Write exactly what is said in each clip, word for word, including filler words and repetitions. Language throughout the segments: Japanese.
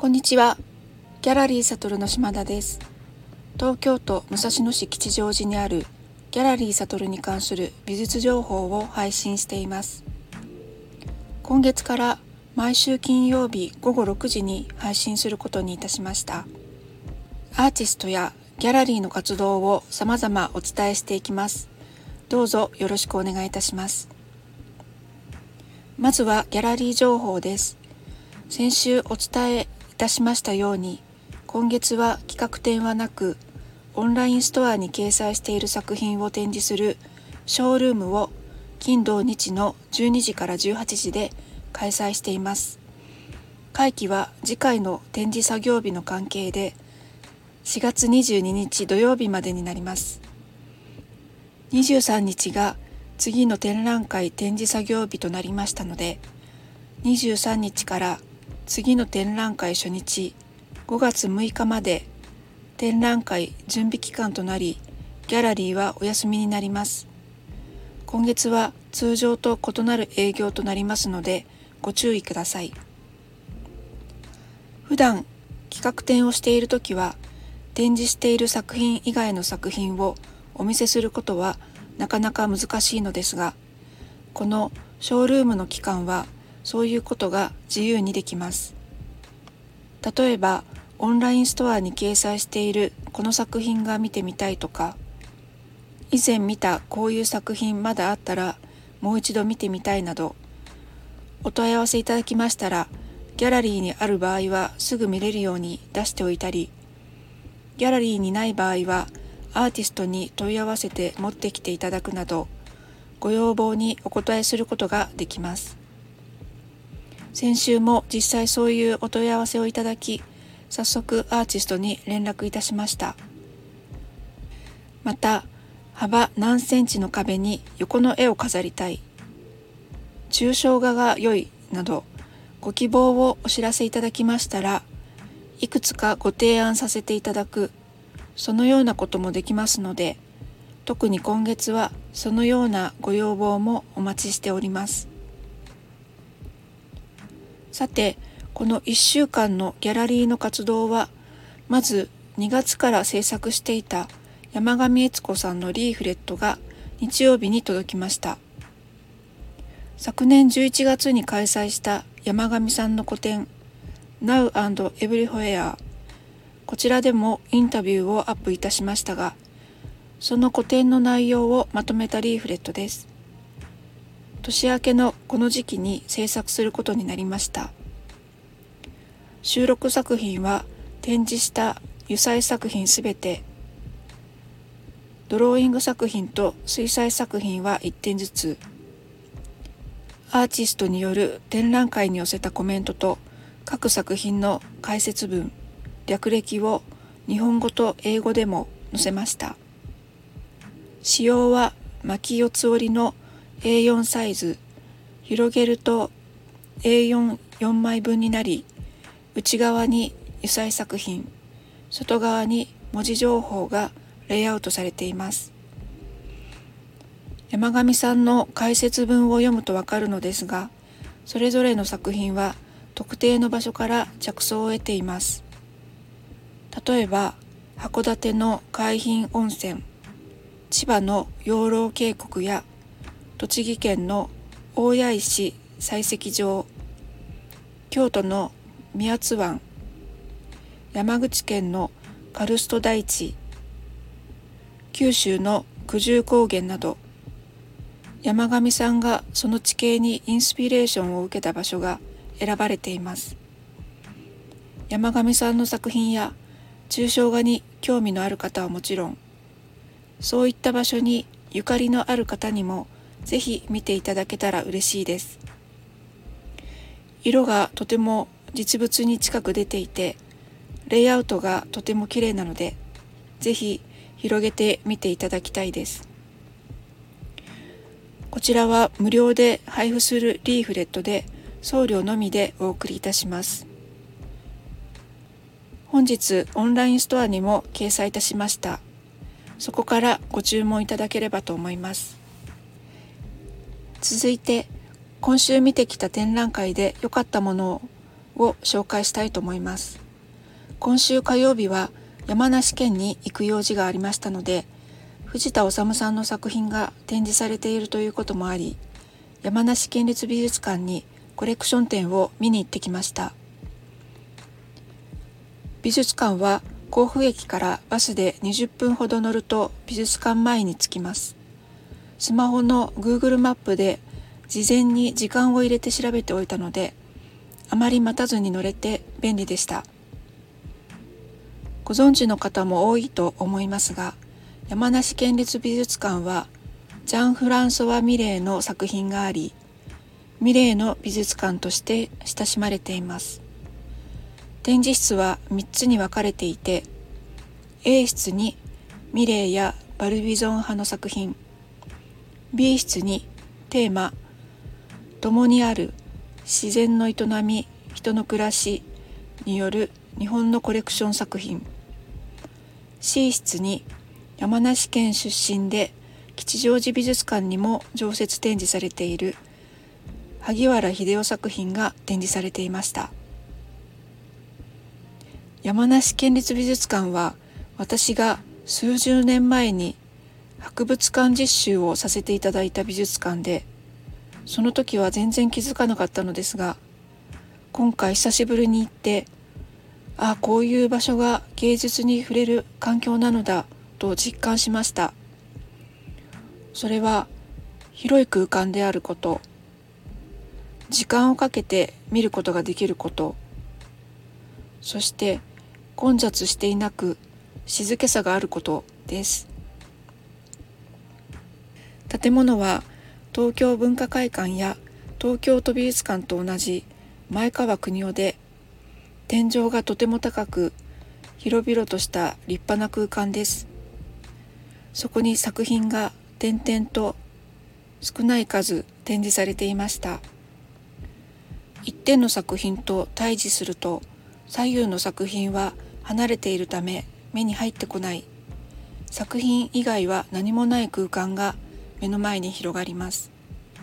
こんにちは。ギャラリーサトルの島田です。東京都武蔵野市吉祥寺にあるギャラリーサトルに関する美術情報を配信しています。今月から毎週金曜日午後ろくじに配信することにいたしました。アーティストやギャラリーの活動を様々お伝えしていきます。どうぞよろしくお願いいたします。まずはギャラリー情報です。先週お伝えいたしましたように、今月は企画展はなく、オンラインストアに掲載している作品を展示するショールームを金土日のじゅうにじからじゅうはちじで開催しています。会期は次回の展示作業日の関係でしがつにじゅうににち土曜日までになります。にじゅうさんにちが次の展覧会展示作業日となりましたので、にじゅうさんにちから次の展覧会初日ごがつむいかまで展覧会準備期間となり、ギャラリーはお休みになります。今月は通常と異なる営業となりますのでご注意ください。普段企画展をしているときは、展示している作品以外の作品をお見せすることはなかなか難しいのですが、このショールームの期間はそういうことが自由にできます。例えば、オンラインストアに掲載しているこの作品が見てみたいとか、以前見たこういう作品まだあったらもう一度見てみたいなど、お問い合わせいただきましたら、ギャラリーにある場合はすぐ見れるように出しておいたり、ギャラリーにない場合はアーティストに問い合わせて持ってきていただくなど、ご要望にお答えすることができます。先週も実際そういうお問い合わせをいただき、早速アーティストに連絡いたしました。また、幅何センチの壁に横の絵を飾りたい、抽象画が良いなど、ご希望をお知らせいただきましたら、いくつかご提案させていただく、そのようなこともできますので、特に今月はそのようなご要望もお待ちしております。さて、このいっしゅうかんのギャラリーの活動は、まずにがつから制作していた山上悦子さんのリーフレットが日曜日に届きました。昨年じゅういちがつに開催した山上さんの個展 Now and Everywhere、 こちらでもインタビューをアップいたしましたが、その個展の内容をまとめたリーフレットです。年明けのこの時期に制作することになりました。収録作品は展示した油彩作品すべて、ドローイング作品と水彩作品はいってんずつ、アーティストによる展覧会に寄せたコメントと各作品の解説文、略歴を日本語と英語でも載せました。仕様は巻き四つ折りのエーよん サイズ、広げると エーよんよん 枚分になり、内側に油彩作品、外側に文字情報がレイアウトされています。山上さんの解説文を読むとわかるのですが、それぞれの作品は特定の場所から着想を得ています。例えば、函館の海浜温泉、千葉の養老渓谷や栃木県の大谷石採石場、京都の宮津湾、山口県のカルスト台地、九州の九十高原など、山上さんがその地形にインスピレーションを受けた場所が選ばれています。山上さんの作品や抽象画に興味のある方はもちろん、そういった場所にゆかりのある方にもぜひ見ていただけたら嬉しいです。色がとても実物に近く出ていて、レイアウトがとても綺麗なので、ぜひ広げて見ていただきたいです。こちらは無料で配布するリーフレットで、送料のみでお送りいたします。本日オンラインストアにも掲載いたしました。そこからご注文いただければと思います。続いて、今週見てきた展覧会で良かったものをを紹介したいと思います。今週火曜日は山梨県に行く用事がありましたので、藤田治さんの作品が展示されているということもあり、山梨県立美術館にコレクション展を見に行ってきました。美術館は甲府駅からバスでにじゅっぷんほど乗ると美術館前に着きます。スマホの Google マップで事前に時間を入れて調べておいたので、あまり待たずに乗れて便利でした。ご存知の方も多いと思いますが、山梨県立美術館はジャン・フランソワ・ミレーの作品があり、ミレーの美術館として親しまれています。展示室はみっつに分かれていて、A 室にミレーやバルビゾン派の作品、B 室にテーマ、共にある自然の営み、人の暮らしによる日本のコレクション作品、C 室に山梨県出身で吉祥寺美術館にも常設展示されている萩原秀夫作品が展示されていました。山梨県立美術館は私が数十年前に博物館実習をさせていただいた美術館で、その時は全然気づかなかったのですが、今回久しぶりに行って、ああ、こういう場所が芸術に触れる環境なのだと実感しました。それは広い空間であること、時間をかけて見ることができること、そして混雑していなく静けさがあることです。建物は東京文化会館や東京都美術館と同じ前川国夫で、天井がとても高く広々とした立派な空間です。そこに作品が点々と少ない数展示されていました。一点の作品と対峙すると、左右の作品は離れているため目に入ってこない。作品以外は何もない空間が目の前に広がります。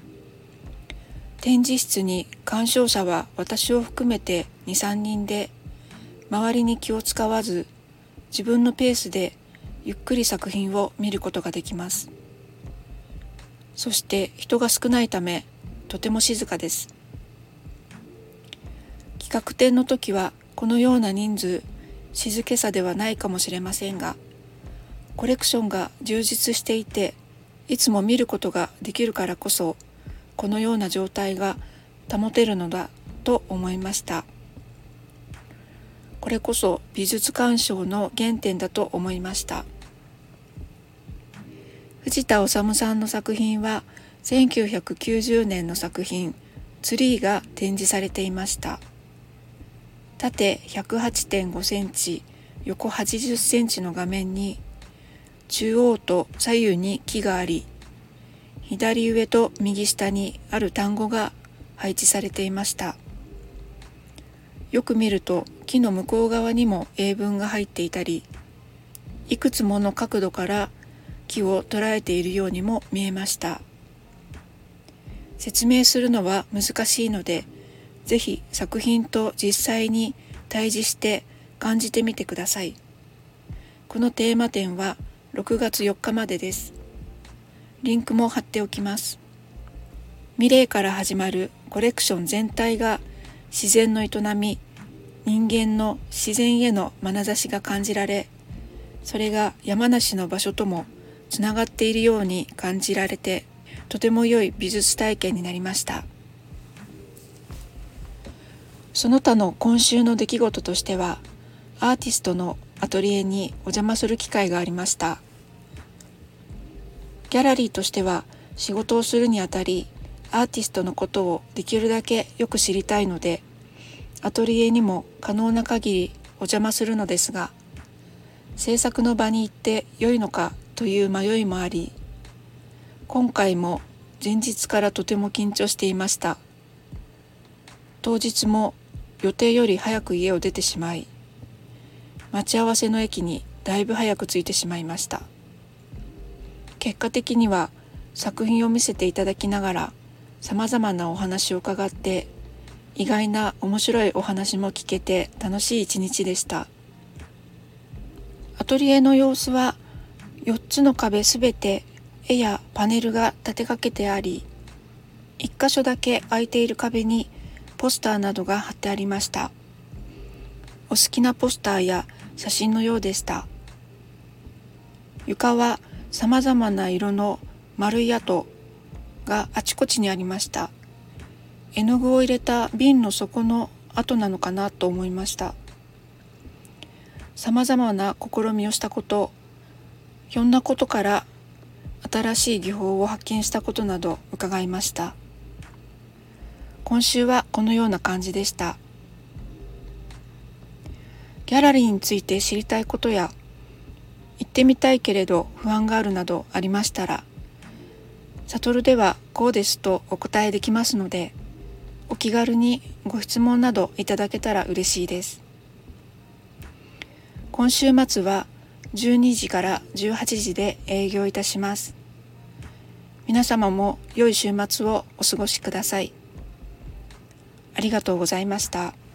展示室に鑑賞者は私を含めてに、さんにんで、周りに気を使わず自分のペースでゆっくり作品を見ることができます。そして人が少ないためとても静かです。企画展の時はこのような人数、静けさではないかもしれませんが、コレクションが充実していて、いつも見ることができるからこそ、このような状態が保てるのだと思いました。これこそ美術鑑賞の原点だと思いました。藤田治さんの作品はせんきゅうひゃくきゅうじゅうねんの作品ツリーが展示されていました。縦 ひゃくはちてんごセンチ、横はちじゅっセンチの画面に中央と左右に木があり、左上と右下にある単語が配置されていました。よく見ると木の向こう側にも英文が入っていたり、いくつもの角度から木を捉えているようにも見えました。説明するのは難しいので、ぜひ作品と実際に対峙して感じてみてください。このテーマ展はろくがつよっかまでです。リンクも貼っておきます。ミレーから始まるコレクション全体が自然の営み、人間の自然への眼差しが感じられ、それが山梨の場所ともつながっているように感じられて、とても良い美術体験になりました。その他の今週の出来事としては、アーティストのアトリエにお邪魔する機会がありました。ギャラリーとしては仕事をするにあたり、アーティストのことをできるだけよく知りたいので、アトリエにも可能な限りお邪魔するのですが、制作の場に行って良いのかという迷いもあり、今回も前日からとても緊張していました。当日も予定より早く家を出てしまい、待ち合わせの駅にだいぶ早く着いてしまいました。結果的には作品を見せていただきながら、さまざまなお話を伺って、 意外な面白いお話も聞けて楽しい一日でした。アトリエの様子はよっつの壁すべて絵やパネルが立てかけてあり、一箇所だけ空いている壁にポスターなどが貼ってありました。お好きなポスターや写真のようでした。床はさまざまな色の丸い跡があちこちにありました。絵の具を入れた瓶の底の跡なのかなと思いました。さまざまな試みをしたこと、ひょんなことから新しい技法を発見したことなど伺いました。今週はこのような感じでした。ギャラリーについて知りたいことや行ってみたいけれど不安があるなどありましたら、サトルではこうですとお答えできますので、お気軽にご質問などいただけたら嬉しいです。今週末はじゅうにじからじゅうはちじで営業いたします。皆様も良い週末をお過ごしください。ありがとうございました。